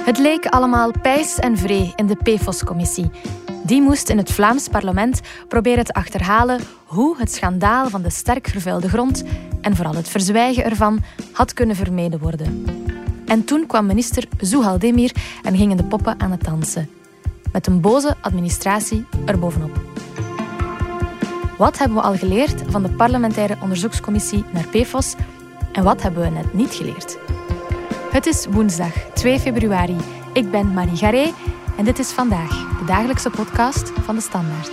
Het leek allemaal pijs en vree in de PFOS-commissie. Die moest in het Vlaams parlement proberen te achterhalen hoe het schandaal van de sterk vervuilde grond en vooral het verzwijgen ervan had kunnen vermeden worden. En toen kwam minister Zuhal Demir en gingen de poppen aan het dansen. Met een boze administratie erbovenop. Wat hebben we al geleerd van de parlementaire onderzoekscommissie naar PFOS en wat hebben we net niet geleerd? Het is woensdag 2 februari. Ik ben Marie Garé en dit is Vandaag, de dagelijkse podcast van De Standaard.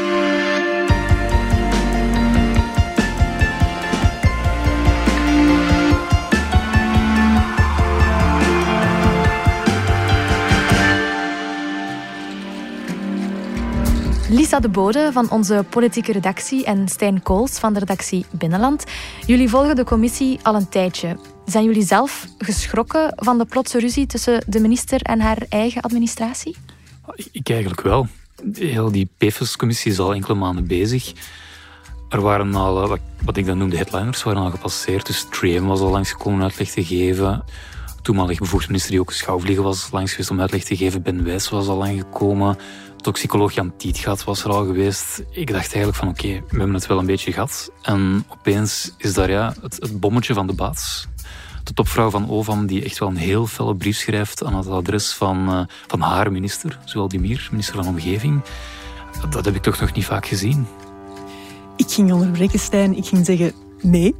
Lisa de Bode van onze politieke redactie en Stijn Kools van de redactie Binnenland. Jullie volgen de commissie al een tijdje. Zijn jullie zelf geschrokken van de plotse ruzie tussen de minister en haar eigen administratie? Ik eigenlijk wel. Heel die PFOS-commissie is al enkele maanden bezig. Er waren al, wat ik dan noemde headliners, waren al gepasseerd. Dus Train was al langsgekomen uitleg te geven. Toenmalig bevoegd minister die ook Schouwvliegen was langs geweest om uitleg te geven. Ben Wijs was al aangekomen. Toxicoloog Jan Tietgat was er al geweest. Ik dacht eigenlijk van oké, we hebben het wel een beetje gehad. En opeens is daar het bommetje van de baas. De topvrouw van OVAM die echt wel een heel felle brief schrijft aan het adres van haar minister, Zuhal Demir, minister van Omgeving. Dat heb ik toch nog niet vaak gezien. Ik ging onderbreken, Stijn. Ik ging zeggen nee.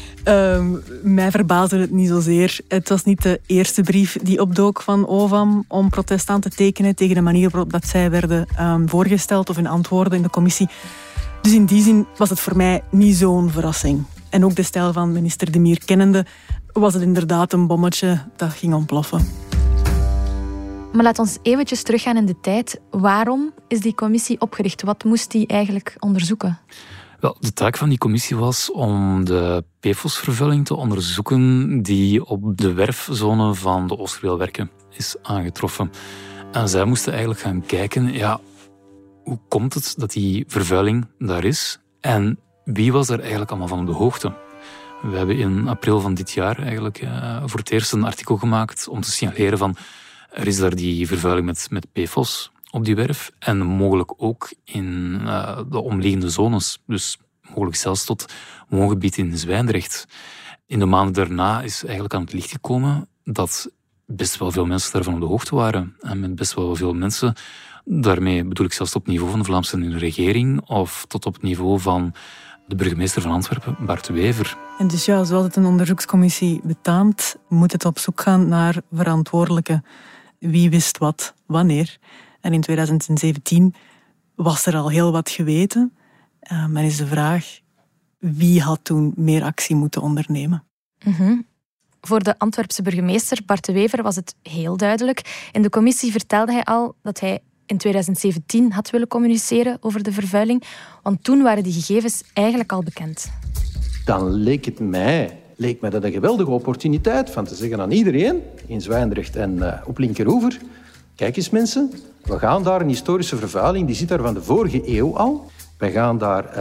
Mij verbaasde het niet zozeer. Het was niet de eerste brief die opdook van OVAM om protest aan te tekenen tegen de manier waarop dat zij werden voorgesteld of in antwoorden in de commissie. Dus in die zin was het voor mij niet zo'n verrassing. En ook de stijl van minister Demir kennende was het inderdaad een bommetje dat ging ontploffen. Maar laat ons eventjes teruggaan in de tijd. Waarom is die commissie opgericht? Wat moest die eigenlijk onderzoeken? Wel, de taak van die commissie was om de PFOS-vervuiling te onderzoeken die op de werfzone van de Oosterweelwerken is aangetroffen. En zij moesten eigenlijk gaan kijken, hoe komt het dat die vervuiling daar is? En wie was er eigenlijk allemaal van op de hoogte? We hebben in april van dit jaar eigenlijk voor het eerst een artikel gemaakt om te signaleren van er is daar die vervuiling met PFOS op die werf en mogelijk ook in de omliggende zones. Dus mogelijk zelfs tot woongebied in Zwijndrecht. In de maanden daarna is eigenlijk aan het licht gekomen dat best wel veel mensen daarvan op de hoogte waren. En met best wel veel mensen, daarmee bedoel ik zelfs op het niveau van de Vlaamse regering of tot op het niveau van de burgemeester van Antwerpen, Bart Wever. En dus zoals het een onderzoekscommissie betaamt, moet het op zoek gaan naar verantwoordelijken. Wie wist wat, wanneer? En in 2017 was er al heel wat geweten. Maar is de vraag, wie had toen meer actie moeten ondernemen? Mm-hmm. Voor de Antwerpse burgemeester Bart de Wever was het heel duidelijk. In de commissie vertelde hij al dat hij in 2017 had willen communiceren over de vervuiling, want toen waren die gegevens eigenlijk al bekend. Dan leek mij dat een geweldige opportuniteit van te zeggen aan iedereen in Zwijndrecht en op Linkeroever, kijk eens mensen, we gaan daar een historische vervuiling, die zit daar van de vorige eeuw al. Wij gaan daar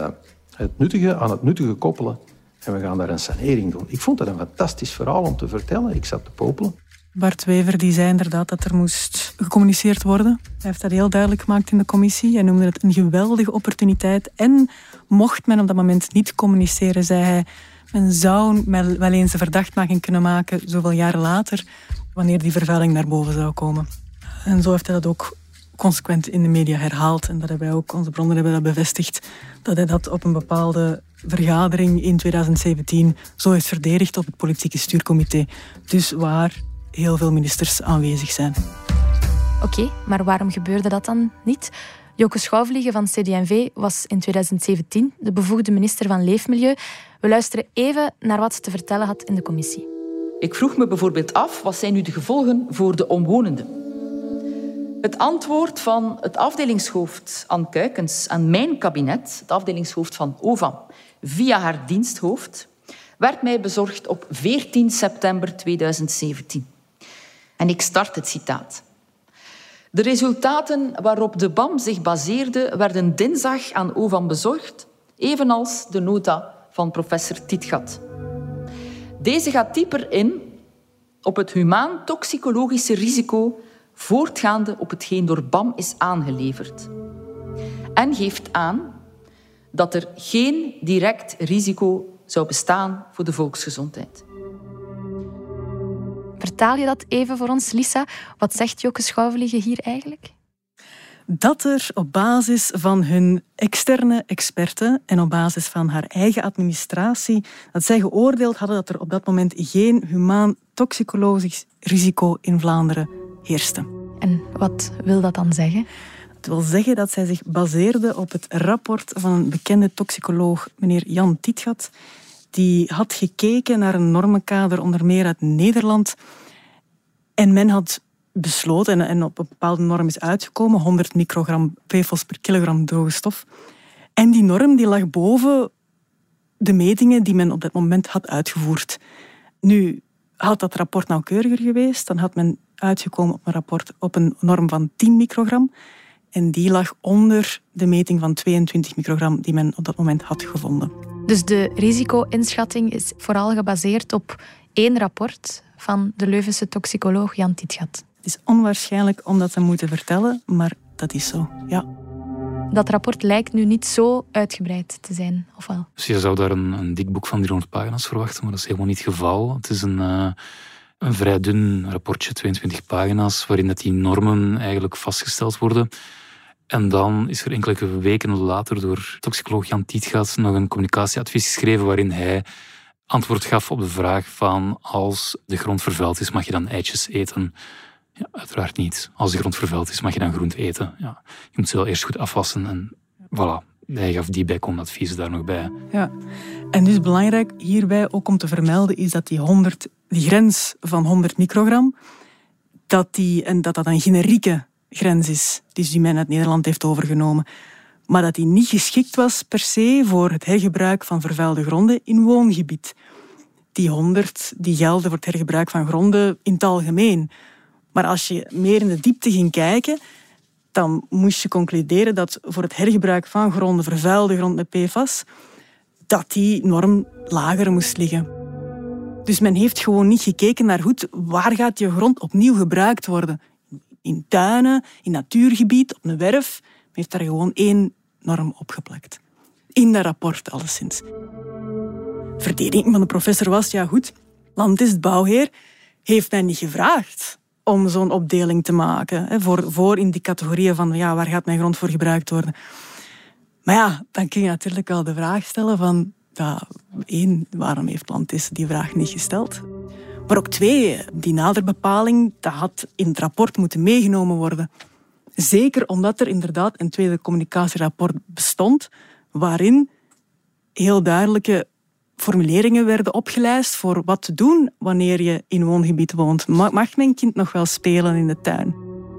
het nuttige aan het nuttige koppelen en we gaan daar een sanering doen. Ik vond dat een fantastisch verhaal om te vertellen. Ik zat te popelen. Bart Wever die zei inderdaad dat er moest gecommuniceerd worden. Hij heeft dat heel duidelijk gemaakt in de commissie. Hij noemde het een geweldige opportuniteit. En mocht men op dat moment niet communiceren, zei hij, men zou wel eens een verdachtmaking kunnen maken, zoveel jaren later, wanneer die vervuiling naar boven zou komen. En zo heeft hij dat ook consequent in de media herhaald. En dat hebben wij ook, onze bronnen hebben dat bevestigd, dat hij dat op een bepaalde vergadering in 2017 zo heeft verdedigd op het politieke stuurcomité. Dus waar heel veel ministers aanwezig zijn. Oké, maar waarom gebeurde dat dan niet? Joke Schouwvliegen van CD&V was in 2017 de bevoegde minister van Leefmilieu. We luisteren even naar wat ze te vertellen had in de commissie. Ik vroeg me bijvoorbeeld af, wat zijn nu de gevolgen voor de omwonenden? Het antwoord van het afdelingshoofd Anne Kuikens aan mijn kabinet, het afdelingshoofd van OVAM, via haar diensthoofd, werd mij bezorgd op 14 september 2017. En ik start het citaat. De resultaten waarop de BAM zich baseerde, werden dinsdag aan OVAM bezorgd, evenals de nota van professor Tietgat. Deze gaat dieper in op het humaan-toxicologische risico voortgaande op hetgeen door BAM is aangeleverd. En geeft aan dat er geen direct risico zou bestaan voor de volksgezondheid. Vertaal je dat even voor ons, Lisa? Wat zegt Joke Schouwvliegen hier eigenlijk? Dat er op basis van hun externe experten en op basis van haar eigen administratie, dat zij geoordeeld hadden dat er op dat moment geen humaan toxicologisch risico in Vlaanderen heerste. En wat wil dat dan zeggen? Het wil zeggen dat zij zich baseerde op het rapport van een bekende toxicoloog, meneer Jan Tietgat. Die had gekeken naar een normenkader, onder meer uit Nederland. En men had besloten, en op een bepaalde norm is uitgekomen, 100 microgram PFOS per kilogram droge stof. En die norm die lag boven de metingen die men op dat moment had uitgevoerd. Nu, had dat rapport nauwkeuriger geweest, dan had men uitgekomen op een rapport op een norm van 10 microgram. En die lag onder de meting van 22 microgram die men op dat moment had gevonden. Dus de risico-inschatting is vooral gebaseerd op 1 rapport van de Leuvense toxicoloog Jan Tietgat. Het is onwaarschijnlijk om dat te moeten vertellen, maar dat is zo, ja. Dat rapport lijkt nu niet zo uitgebreid te zijn, of wel? Dus je zou daar een dik boek van 300 pagina's verwachten, maar dat is helemaal niet het geval. Het is een vrij dun rapportje, 22 pagina's, waarin dat die normen eigenlijk vastgesteld worden. En dan is er enkele weken later door toxicoloog Jan Tietgat nog een communicatieadvies geschreven waarin hij antwoord gaf op de vraag van als de grond vervuild is, mag je dan eitjes eten? Ja, uiteraard niet. Als de grond vervuild is, mag je dan groente eten. Ja, je moet ze wel eerst goed afwassen en voilà. Hij gaf die bijkomend advies daar nog bij. Ja, en dus belangrijk hierbij ook om te vermelden is dat die grens van 100 microgram, dat een generieke grens is, die men uit Nederland heeft overgenomen. Maar dat die niet geschikt was per se voor het hergebruik van vervuilde gronden in woongebied. Die 100 die gelden voor het hergebruik van gronden in het algemeen. Maar als je meer in de diepte ging kijken, dan moest je concluderen dat voor het hergebruik van gronden, vervuilde grond met PFAS, dat die norm lager moest liggen. Dus men heeft gewoon niet gekeken naar goed, waar gaat die grond opnieuw gebruikt worden? In tuinen, in natuurgebied, op een werf. Men heeft daar gewoon 1 norm opgeplakt. In dat rapport alleszins. Verdediging van de professor was, ja goed, land is het bouwheer, heeft mij niet gevraagd om zo'n opdeling te maken. Voor in die categorieën van, ja, waar gaat mijn grond voor gebruikt worden? Maar ja, dan kun je natuurlijk al de vraag stellen van, ja, 1, waarom heeft Landis die vraag niet gesteld? Maar ook 2, die naderbepaling, dat had in het rapport moeten meegenomen worden. Zeker omdat er inderdaad een tweede communicatierapport bestond, waarin heel duidelijke formuleringen werden opgelijst voor wat te doen wanneer je in een woongebied woont. Mag mijn kind nog wel spelen in de tuin?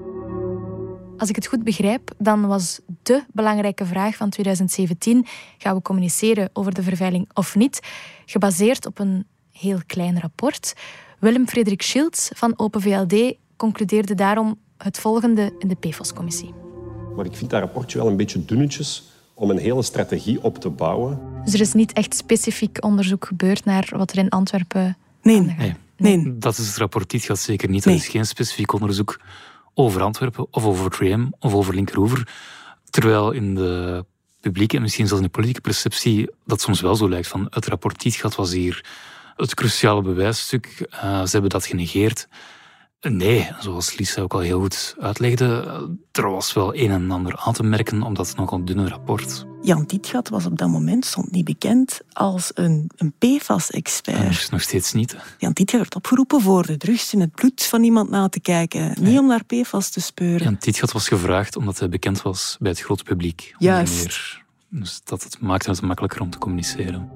Als ik het goed begrijp, dan was de belangrijke vraag van 2017, gaan we communiceren over de vervuiling of niet, gebaseerd op een heel klein rapport. Willem-Frederik Schiltz van Open VLD concludeerde daarom het volgende in de PFOS-commissie. Maar ik vind dat rapportje wel een beetje dunnetjes om een hele strategie op te bouwen. Dus er is niet echt specifiek onderzoek gebeurd naar wat er in Antwerpen... Nee. Dat is het rapport Tietgat zeker niet. Er is geen specifiek onderzoek over Antwerpen of over Triam of over Linkeroever. Terwijl in de publieke en misschien zelfs in de politieke perceptie dat soms wel zo lijkt van het rapport Tietgat was hier het cruciale bewijsstuk. Ze hebben dat genegeerd. Nee, zoals Lisa ook al heel goed uitlegde, er was wel een en ander aan te merken op dat nogal dunne rapport. Jan Tietgat was op dat moment stond niet bekend als een PFAS-expert. Dat is nog steeds niet. Jan Tietgat werd opgeroepen voor de drugs in het bloed van iemand na te kijken. Niet om naar PFAS te speuren. Jan Tietgat was gevraagd omdat hij bekend was bij het grote publiek. Juist. Dus dat maakte het makkelijker om te communiceren.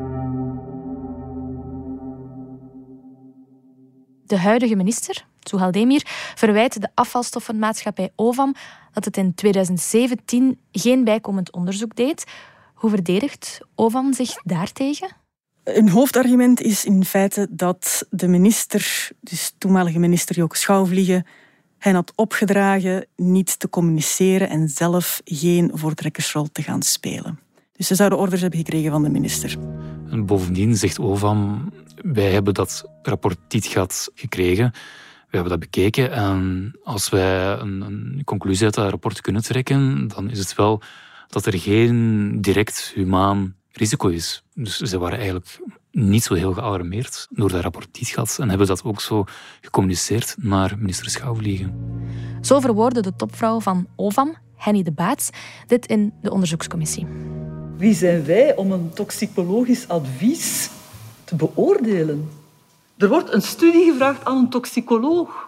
De huidige minister, Zouhal Demir, verwijt de afvalstoffenmaatschappij OVAM dat het in 2017 geen bijkomend onderzoek deed. Hoe verdedigt OVAM zich daartegen? Een hoofdargument is in feite dat de minister, dus toenmalige minister Joke Schouwvliegen, hen had opgedragen niet te communiceren en zelf geen voortrekkersrol te gaan spelen. Dus ze zouden orders hebben gekregen van de minister. En bovendien zegt OVAM, wij hebben dat rapport Tietgat gekregen. We hebben dat bekeken en als wij een conclusie uit dat rapport kunnen trekken, dan is het wel dat er geen direct humaan risico is. Dus ze waren eigenlijk niet zo heel gealarmeerd door dat rapport Tietgat en hebben dat ook zo gecommuniceerd naar minister Schouwvliegen. Zo verwoordde de topvrouw van OVAM, Henny de Baets, dit in de onderzoekscommissie. Wie zijn wij om een toxicologisch advies te beoordelen? Er wordt een studie gevraagd aan een toxicoloog.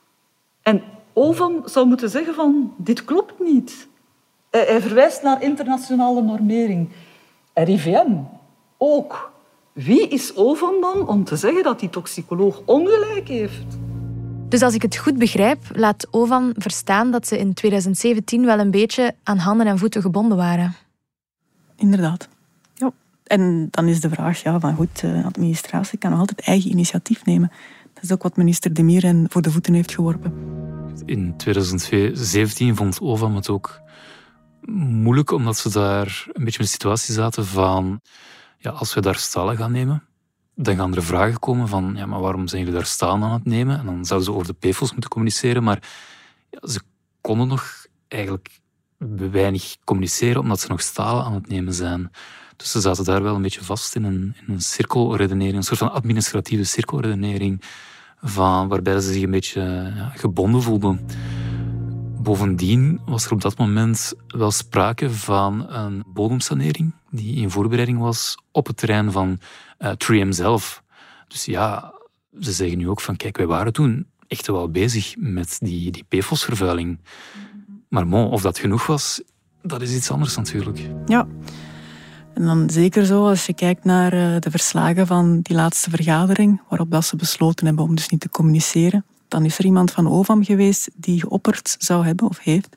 En OVAM zou moeten zeggen van, dit klopt niet. Hij verwijst naar internationale normering. RIVM ook. Wie is OVAM dan om te zeggen dat die toxicoloog ongelijk heeft? Dus als ik het goed begrijp, laat OVAM verstaan dat ze in 2017 wel een beetje aan handen en voeten gebonden waren. Inderdaad. Ja. En dan is de vraag, van goed, de administratie kan nog altijd eigen initiatief nemen. Dat is ook wat minister De Mier hen voor de voeten heeft geworpen. In 2017 vond OVAM het ook moeilijk, omdat ze daar een beetje in de situatie zaten van, als we daar stallen gaan nemen, dan gaan er vragen komen van, maar waarom zijn jullie daar staan aan het nemen? En dan zouden ze over de PFOS moeten communiceren, maar ze konden nog eigenlijk weinig communiceren, omdat ze nog stalen aan het nemen zijn. Dus ze zaten daar wel een beetje vast in een cirkelredenering, een soort van administratieve cirkelredenering, waarbij ze zich een beetje gebonden voelden. Bovendien was er op dat moment wel sprake van een bodemsanering die in voorbereiding was op het terrein van 3M zelf. Dus ze zeggen nu ook van, kijk, wij waren toen echt wel bezig met die PFOS-vervuiling. Maar of dat genoeg was, dat is iets anders natuurlijk. Ja, en dan zeker zo als je kijkt naar de verslagen van die laatste vergadering, waarop dat ze besloten hebben om dus niet te communiceren. Dan is er iemand van OVAM geweest die geopperd zou hebben, of heeft,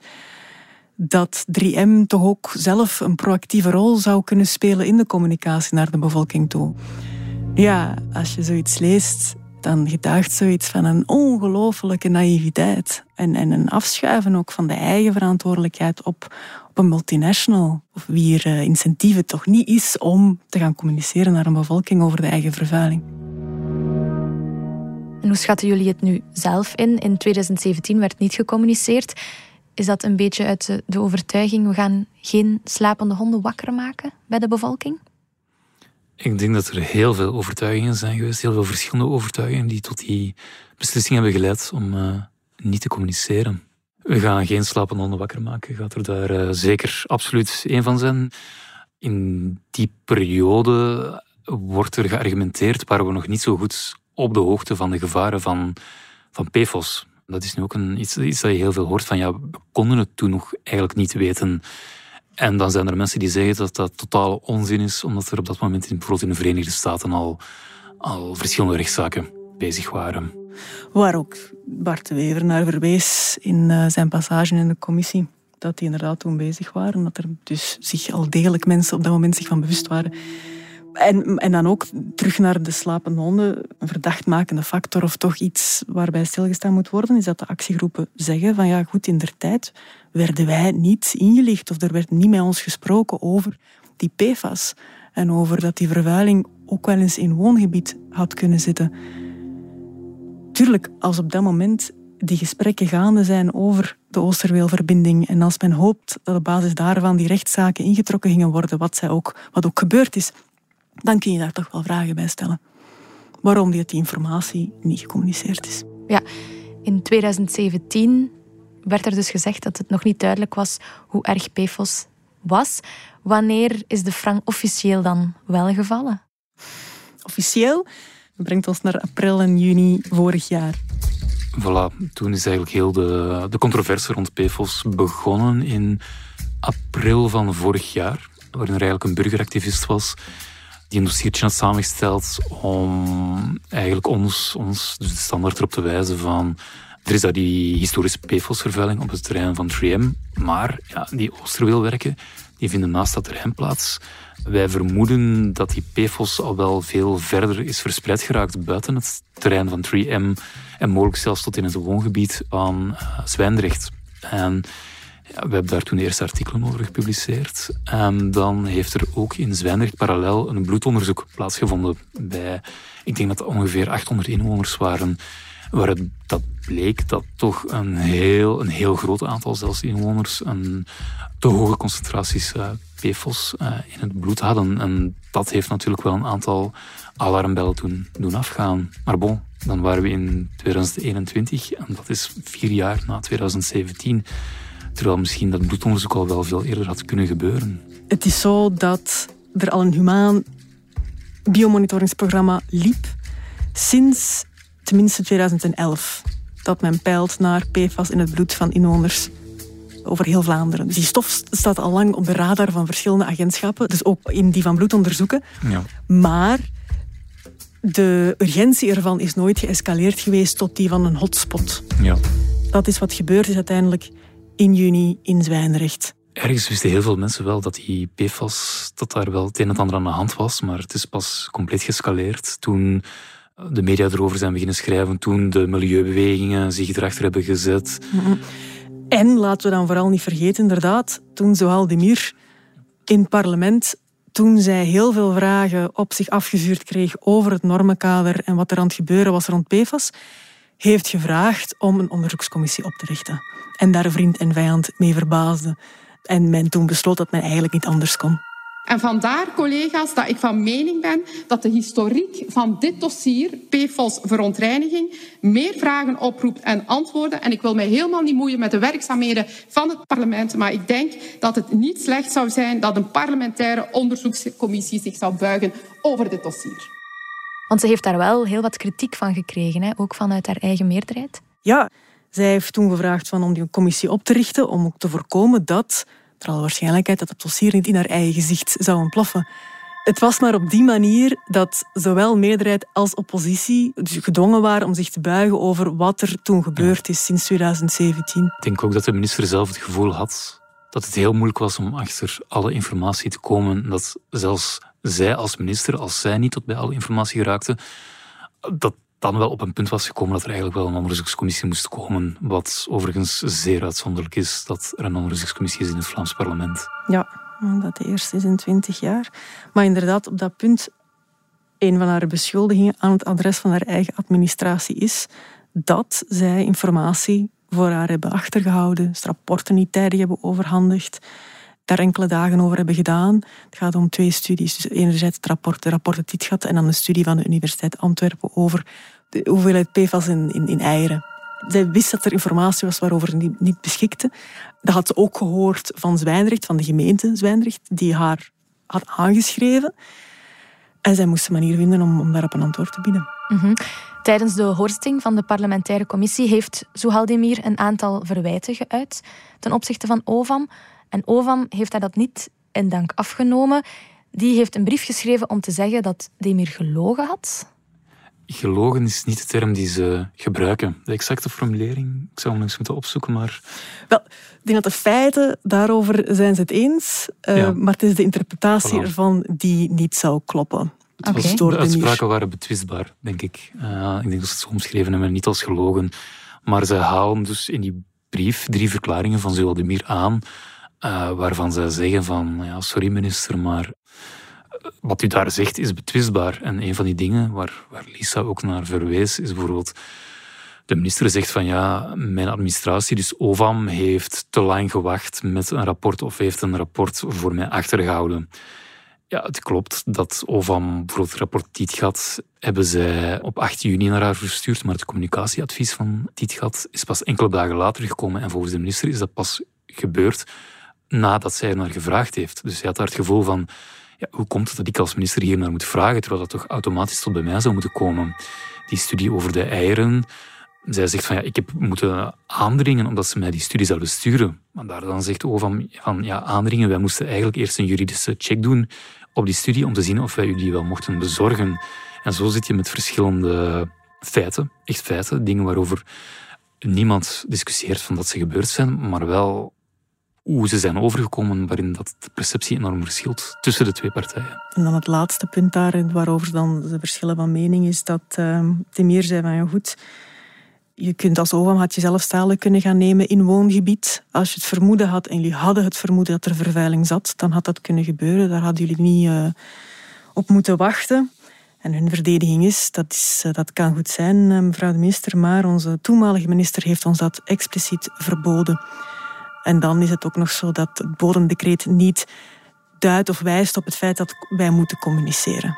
dat 3M toch ook zelf een proactieve rol zou kunnen spelen in de communicatie naar de bevolking toe. Ja, als je zoiets leest, dan getuigt zoiets van een ongelofelijke naïviteit. En een afschuiven ook van de eigen verantwoordelijkheid op een multinational. Of wie er incentieve toch niet is om te gaan communiceren naar een bevolking over de eigen vervuiling. En hoe schatten jullie het nu zelf in? In 2017 werd niet gecommuniceerd. Is dat een beetje uit de overtuiging, we gaan geen slapende honden wakker maken bij de bevolking? Ik denk dat er heel veel overtuigingen zijn geweest, heel veel verschillende overtuigingen die tot die beslissing hebben geleid om niet te communiceren. We gaan geen slapende honden wakker maken, gaat er daar zeker absoluut één van zijn. In die periode wordt er geargumenteerd, waren we nog niet zo goed op de hoogte van de gevaren van PFOS. Dat is nu ook iets dat je heel veel hoort van, we konden het toen nog eigenlijk niet weten. En dan zijn er mensen die zeggen dat dat totale onzin is, omdat er op dat moment bijvoorbeeld in de Verenigde Staten al verschillende rechtszaken bezig waren. Waar ook Bart de Wever naar verwees in zijn passage in de commissie, dat die inderdaad toen bezig waren, dat er dus zich al degelijk mensen op dat moment zich van bewust waren. En dan ook terug naar de slapende honden, een verdachtmakende factor of toch iets waarbij stilgestaan moet worden, is dat de actiegroepen zeggen van goed, indertijd werden wij niet ingelicht of er werd niet met ons gesproken over die PFAS en over dat die vervuiling ook wel eens in woongebied had kunnen zitten. Tuurlijk, als op dat moment die gesprekken gaande zijn over de Oosterweelverbinding en als men hoopt dat op basis daarvan die rechtszaken ingetrokken gingen worden, wat ook gebeurd is, dan kun je daar toch wel vragen bij stellen. Waarom die informatie niet gecommuniceerd is. Ja, in 2017 werd er dus gezegd dat het nog niet duidelijk was hoe erg PFOS was. Wanneer is de frank officieel dan wel gevallen? Officieel? Dat brengt ons naar april en juni vorig jaar. Voilà, toen is eigenlijk heel de controverse rond PFOS begonnen in april van vorig jaar, waarin er eigenlijk een burgeractivist was die een dossiertje had samengesteld om eigenlijk ons dus de standaard erop te wijzen van er is daar die historische PFOS-vervuiling op het terrein van 3M, maar die Oosterweelwerken die vinden naast dat terrein plaats. Wij vermoeden dat die PFOS al wel veel verder is verspreid geraakt buiten het terrein van 3M en mogelijk zelfs tot in het woongebied van Zwijndrecht. En Ja, we hebben daar toen de eerste artikelen over gepubliceerd. Dan heeft er ook in Zwijndrecht parallel een bloedonderzoek plaatsgevonden bij, ik denk dat het ongeveer 800 inwoners waren, dat bleek dat toch een heel groot aantal zelfs inwoners een te hoge concentraties PFOS in het bloed hadden. En dat heeft natuurlijk wel een aantal alarmbellen toen doen afgaan. Maar bon, dan waren we in 2021 en dat is 4 jaar na 2017. Terwijl misschien dat bloedonderzoek al wel veel eerder had kunnen gebeuren. Het is zo dat er al een humaan biomonitoringsprogramma liep sinds tenminste 2011. Dat men peilt naar PFAS in het bloed van inwoners over heel Vlaanderen. Dus die stof staat al lang op de radar van verschillende agentschappen, dus ook in die van bloedonderzoeken. Ja. Maar de urgentie ervan is nooit geëscaleerd geweest tot die van een hotspot. Ja. Dat is wat gebeurd is uiteindelijk in juni in Zwijndrecht. Ergens wisten heel veel mensen wel dat die PFAS, dat daar wel het een en ander aan de hand was, maar het is pas compleet geëscaleerd toen de media erover zijn beginnen schrijven, toen de milieubewegingen zich erachter hebben gezet. En laten we dan vooral niet vergeten, inderdaad, toen Zohal Demir in het parlement, toen zij heel veel vragen op zich afgevuurd kreeg over het normenkader en wat er aan het gebeuren was rond PFAS, heeft gevraagd om een onderzoekscommissie op te richten. En daar vriend en vijand mee verbaasde. En men toen besloot dat men eigenlijk niet anders kon. En vandaar, collega's, dat ik van mening ben dat de historiek van dit dossier, PFOS-verontreiniging, meer vragen oproept en antwoorden. En ik wil mij helemaal niet moeien met de werkzaamheden van het parlement, maar ik denk dat het niet slecht zou zijn dat een parlementaire onderzoekscommissie zich zou buigen over dit dossier. Want ze heeft daar wel heel wat kritiek van gekregen, hè? Ook vanuit haar eigen meerderheid. Ja, zij heeft toen gevraagd om die commissie op te richten, om ook te voorkomen dat er alle waarschijnlijkheid dat het dossier niet in haar eigen gezicht zou ontploffen. Het was maar op die manier dat zowel meerderheid als oppositie gedwongen waren om zich te buigen over wat er toen gebeurd is sinds 2017. Ik denk ook dat de minister zelf het gevoel had dat het heel moeilijk was om achter alle informatie te komen. Dat zelfs zij als minister, als zij niet tot bij alle informatie geraakte, dat dan wel op een punt was gekomen dat er eigenlijk wel een onderzoekscommissie moest komen. Wat overigens zeer uitzonderlijk is dat er een onderzoekscommissie is in het Vlaams parlement. Ja, dat de eerste is in 20 jaar. Maar inderdaad, op dat punt, een van haar beschuldigingen aan het adres van haar eigen administratie is dat zij informatie voor haar hebben achtergehouden, rapporten niet tijdig hebben overhandigd, daar enkele dagen over hebben gedaan. Het gaat om 2 studies. Dus enerzijds het rapport Tietgat en dan een studie van de Universiteit Antwerpen over de hoeveelheid PFAS in eieren. Zij wist dat er informatie was waarover ze niet beschikte. Dat had ze ook gehoord van Zwijndrecht, van de gemeente Zwijndrecht, die haar had aangeschreven. En zij moest een manier vinden om daarop een antwoord te bieden. Mm-hmm. Tijdens de hoorzitting van de parlementaire commissie heeft Zohal Demir een aantal verwijten geuit ten opzichte van OVAM. En OVAM heeft haar dat niet in dank afgenomen. Die heeft een brief geschreven om te zeggen dat Demir gelogen had. Gelogen is niet de term die ze gebruiken. De exacte formulering, ik zou hem eens moeten opzoeken, maar... Wel, ik denk dat de feiten, daarover zijn ze het eens. Maar het is de interpretatie ervan die niet zou kloppen. De uitspraken waren betwistbaar, denk ik. Ik denk dat ze het zo omschreven hebben, niet als gelogen. Maar ze halen dus in die brief 3 verklaringen van Zohal Demir aan, waarvan zij zeggen van, ja, sorry minister, maar wat u daar zegt is betwistbaar. En een van die dingen waar Lisa ook naar verwees, is bijvoorbeeld, de minister zegt van, ja, mijn administratie, dus OVAM, heeft te lang gewacht met een rapport of heeft een rapport voor mij achtergehouden. Ja, het klopt dat OVAM, bijvoorbeeld het rapport Tietgat, hebben zij op 8 juni naar haar verstuurd, maar het communicatieadvies van Tietgat is pas enkele dagen later gekomen en volgens de minister is dat pas gebeurd nadat zij er naar gevraagd heeft. Dus hij had daar het gevoel van, ja, hoe komt het dat ik als minister hier naar moet vragen, terwijl dat toch automatisch tot bij mij zou moeten komen? Die studie over de eieren, zij zegt van, ja, ik heb moeten aandringen omdat ze mij die studie zouden sturen. Maar daar dan zegt OVAM van, ja, aandringen, wij moesten eigenlijk eerst een juridische check doen op die studie om te zien of wij u die wel mochten bezorgen. En zo zit je met verschillende feiten, echt feiten, dingen waarover niemand discussieert van dat ze gebeurd zijn, maar wel hoe ze zijn overgekomen, waarin dat de perceptie enorm verschilt tussen de 2 partijen. En dan het laatste punt daar, waarover dan de verschillen van mening is, dat Demir zei van, ja goed, Je kunt als OVAM had je zelf stalen kunnen gaan nemen in woongebied. Als je het vermoeden had en jullie hadden het vermoeden dat er vervuiling zat, dan had dat kunnen gebeuren. Daar hadden jullie niet op moeten wachten. En hun verdediging is, dat kan goed zijn, mevrouw de minister, maar onze toenmalige minister heeft ons dat expliciet verboden. En dan is het ook nog zo dat het bodemdecreet niet duidt of wijst op het feit dat wij moeten communiceren.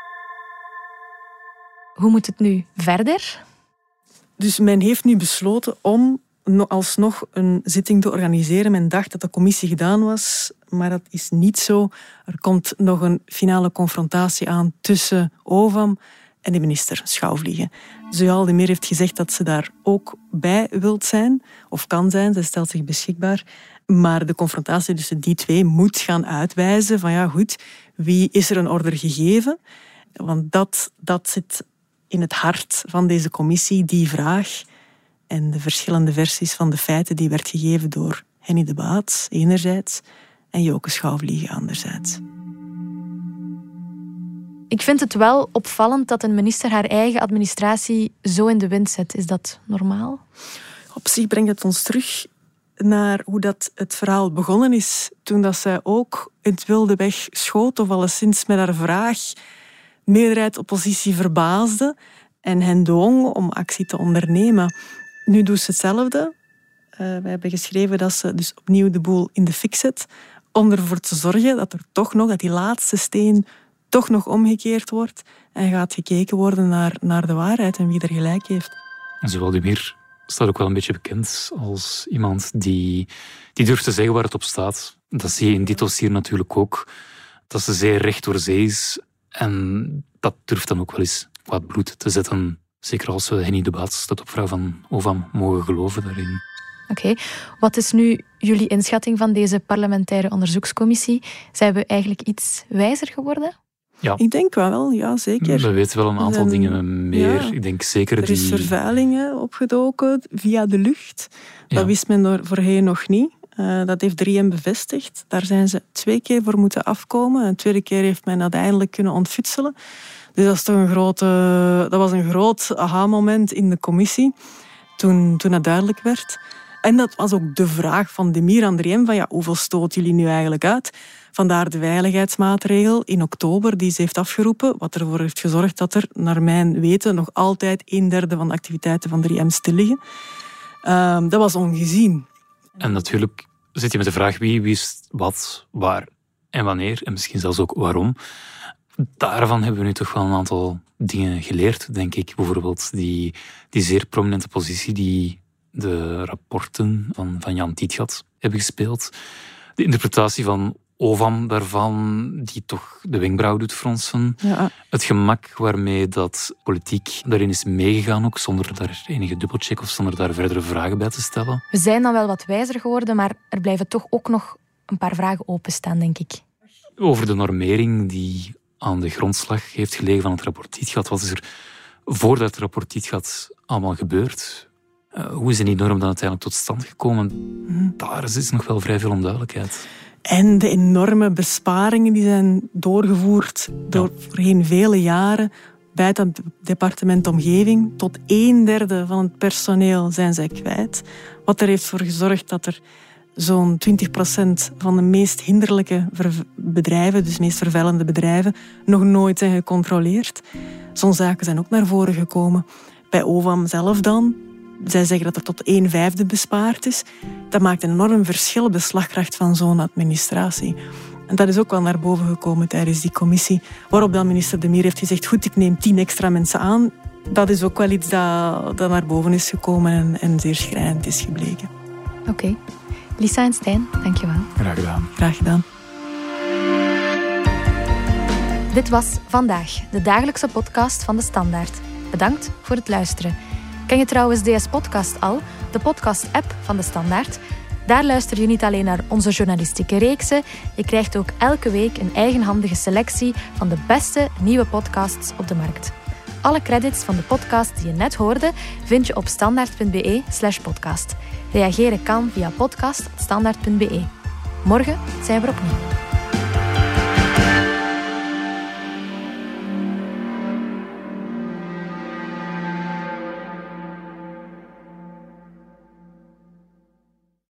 Hoe moet het nu verder? Dus men heeft nu besloten om alsnog een zitting te organiseren. Men dacht dat de commissie gedaan was, maar dat is niet zo. Er komt nog een finale confrontatie aan tussen OVAM en de minister Schouwvliegen. Zoal de Meer heeft gezegd dat ze daar ook bij wilt zijn, of kan zijn. Ze stelt zich beschikbaar. Maar de confrontatie tussen die twee moet gaan uitwijzen van ja goed, wie is er een order gegeven? Want dat zit in het hart van deze commissie, die vraag en de verschillende versies van de feiten die werd gegeven door Henny de Baets enerzijds en Joke Schouwvliegen anderzijds. Ik vind het wel opvallend dat een minister haar eigen administratie zo in de wind zet. Is dat normaal? Op zich brengt het ons terug naar hoe dat het verhaal begonnen is. Toen dat zij ook in het wilde weg schoot, of alleszins met haar vraag meerderheid oppositie verbaasde en hen dwong om actie te ondernemen. Nu doet ze hetzelfde. We hebben geschreven dat ze dus opnieuw de boel in de fik zet, om ervoor te zorgen dat er toch nog, dat die laatste steen toch nog omgekeerd wordt en gaat gekeken worden naar de waarheid en wie er gelijk heeft. En zowel de Meer staat ook wel een beetje bekend als iemand die durft te zeggen waar het op staat. Dat zie je in dit dossier natuurlijk ook. Dat ze zeer recht door zee is. En dat durft dan ook wel eens kwaad bloed te zetten. Zeker als we Henny de Baets, de topvrouw van OVAM, mogen geloven daarin. Oké. Wat is nu jullie inschatting van deze parlementaire onderzoekscommissie? Zijn we eigenlijk iets wijzer geworden? Ja. Ik denk wel, ja, zeker. We weten wel een aantal dingen meer. Ja. Ik denk zeker er is vervuiling opgedoken via de lucht. Dat wist men voorheen nog niet. Dat heeft 3M bevestigd. Daar zijn ze 2 keer voor moeten afkomen. En de tweede keer heeft men dat eindelijk kunnen ontfutselen. Dus dat is toch dat was een groot aha-moment in de commissie. Toen dat duidelijk werd. En dat was ook de vraag van de Meer aan 3M. Van hoeveel stoten jullie nu eigenlijk uit? Vandaar de veiligheidsmaatregel in oktober die ze heeft afgeroepen. Wat ervoor heeft gezorgd dat er, naar mijn weten, nog altijd 1/3 van de activiteiten van 3M stil liggen. Dat was ongezien. En natuurlijk zit je met de vraag wie wist wat, waar en wanneer. En misschien zelfs ook waarom. Daarvan hebben we nu toch wel een aantal dingen geleerd, denk ik. Bijvoorbeeld die zeer prominente positie die de rapporten van Jan Tietgat hebben gespeeld. De interpretatie van OVAM daarvan, die toch de wenkbrauw doet fronsen. Ja. Het gemak waarmee dat politiek daarin is meegegaan, ook zonder daar enige dubbelcheck of zonder daar verdere vragen bij te stellen. We zijn dan wel wat wijzer geworden, maar er blijven toch ook nog een paar vragen openstaan, denk ik. Over de normering die aan de grondslag heeft gelegen van het rapport Tietgat. Wat is er voordat het rapport Tietgat allemaal gebeurd? Hoe is die norm dan uiteindelijk tot stand gekomen? Daar is nog wel vrij veel onduidelijkheid. En de enorme besparingen die zijn doorgevoerd door voorheen vele jaren bij het departement Omgeving. Tot 1/3 van het personeel zijn zij kwijt. Wat er heeft voor gezorgd dat er zo'n 20% van de meest hinderlijke bedrijven, dus meest vervuilende bedrijven, nog nooit zijn gecontroleerd. Zo'n zaken zijn ook naar voren gekomen. Bij OVAM zelf dan. Zij zeggen dat er tot 1/5 bespaard is. Dat maakt een enorm verschil op de slagkracht van zo'n administratie. En dat is ook wel naar boven gekomen tijdens die commissie. Waarop dan minister De Meer heeft gezegd, goed, ik neem 10 extra mensen aan. Dat is ook wel iets dat naar boven is gekomen en zeer schrijnend is gebleken. Oké. Lisa en Stijn, dankjewel. Graag gedaan. Graag gedaan. Dit was Vandaag, de dagelijkse podcast van De Standaard. Bedankt voor het luisteren. Ken je trouwens DS Podcast al, de podcast-app van De Standaard? Daar luister je niet alleen naar onze journalistieke reeksen, je krijgt ook elke week een eigenhandige selectie van de beste nieuwe podcasts op de markt. Alle credits van de podcast die je net hoorde vind je op standaard.be/podcast. Reageren kan via podcast@standaard.be. Morgen zijn we er opnieuw.